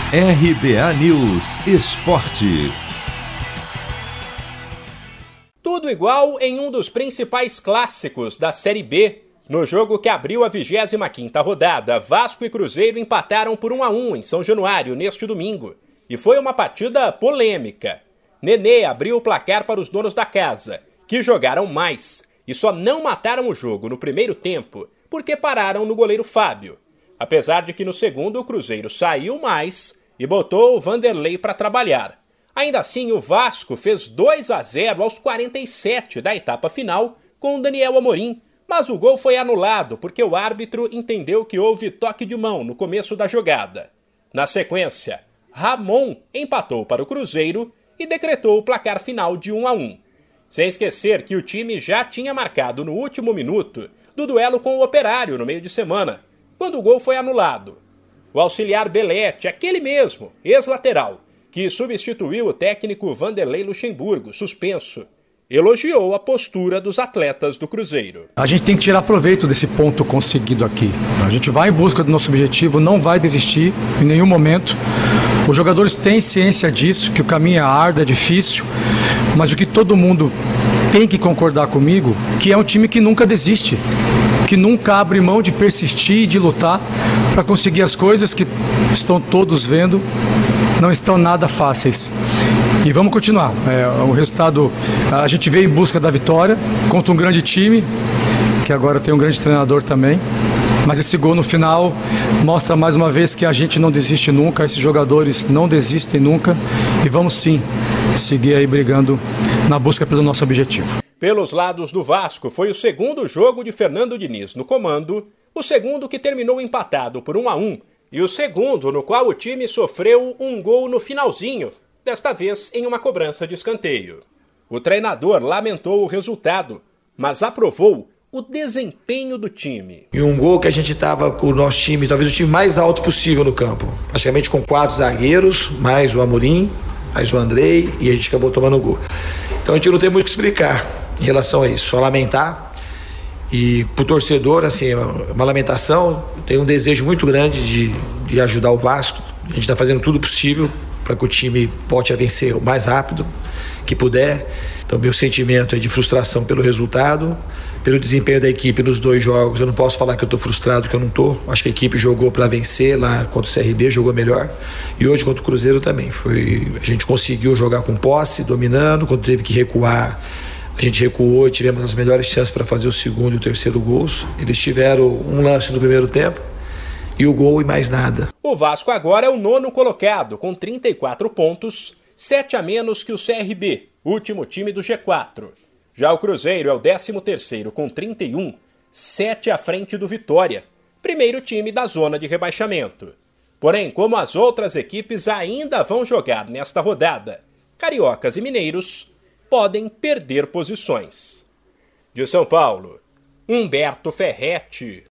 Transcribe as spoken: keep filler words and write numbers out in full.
R B A News Esporte. Tudo igual em um dos principais clássicos da Série B. No jogo que abriu a vigésima quinta rodada, Vasco e Cruzeiro empataram por um a um em São Januário neste domingo. E foi uma partida polêmica. Nenê abriu o placar para os donos da casa, que jogaram mais e só não mataram o jogo no primeiro tempo porque pararam no goleiro Fábio. Apesar de que no segundo o Cruzeiro saiu mais e botou o Vanderlei para trabalhar. Ainda assim, o Vasco fez dois a zero aos quarenta e sete da etapa final com o Daniel Amorim, mas o gol foi anulado porque o árbitro entendeu que houve toque de mão no começo da jogada. Na sequência, Ramon empatou para o Cruzeiro e decretou o placar final de um a um. Sem esquecer que o time já tinha marcado no último minuto do duelo com o Operário no meio de semana, quando o gol foi anulado. O auxiliar Belete, aquele mesmo, ex-lateral, que substituiu o técnico Vanderlei Luxemburgo, suspenso, elogiou a postura dos atletas do Cruzeiro. A gente tem que tirar proveito desse ponto conseguido aqui. A gente vai em busca do nosso objetivo, não vai desistir em nenhum momento. Os jogadores têm ciência disso, que o caminho é árduo, é difícil, mas o que todo mundo tem que concordar comigo, que é um time que nunca desiste, que nunca abre mão de persistir e de lutar para conseguir as coisas que estão todos vendo, não estão nada fáceis. E vamos continuar. É, o resultado, a gente veio em busca da vitória contra um grande time, que agora tem um grande treinador também. Mas esse gol no final mostra mais uma vez que a gente não desiste nunca, esses jogadores não desistem nunca e vamos sim seguir aí brigando na busca pelo nosso objetivo. Pelos lados do Vasco, foi o segundo jogo de Fernando Diniz no comando, o segundo que terminou empatado por um a um e o segundo no qual o time sofreu um gol no finalzinho, desta vez em uma cobrança de escanteio. O treinador lamentou o resultado, mas aprovou o desempenho do time. E um gol que a gente estava com o nosso time, talvez o time mais alto possível no campo, praticamente com quatro zagueiros, mais o Amorim, mais o Andrei, e a gente acabou tomando o gol. Então a gente não tem muito o que explicar em relação a isso, só lamentar. E pro torcedor, assim, uma lamentação, tem um desejo muito grande de, de ajudar o Vasco. A gente está fazendo tudo possível para que o time volte a vencer o mais rápido que puder. Então meu sentimento é de frustração pelo resultado, pelo desempenho da equipe nos dois jogos. Eu não posso falar que eu estou frustrado, que eu não estou. Acho que a equipe jogou para vencer lá contra o C R B, jogou melhor. E hoje contra o Cruzeiro também. Foi, a gente conseguiu jogar com posse, dominando. Quando teve que recuar, a gente recuou e tivemos as melhores chances para fazer o segundo e o terceiro gols. Eles tiveram um lance no primeiro tempo e o gol e mais nada. O Vasco agora é o nono colocado, com trinta e quatro pontos, sete a menos que o C R B, último time do G quatro. Já o Cruzeiro é o décimo terceiro com trinta e um, sete à frente do Vitória, primeiro time da zona de rebaixamento. Porém, como as outras equipes ainda vão jogar nesta rodada, cariocas e mineiros podem perder posições. De São Paulo, Humberto Ferretti.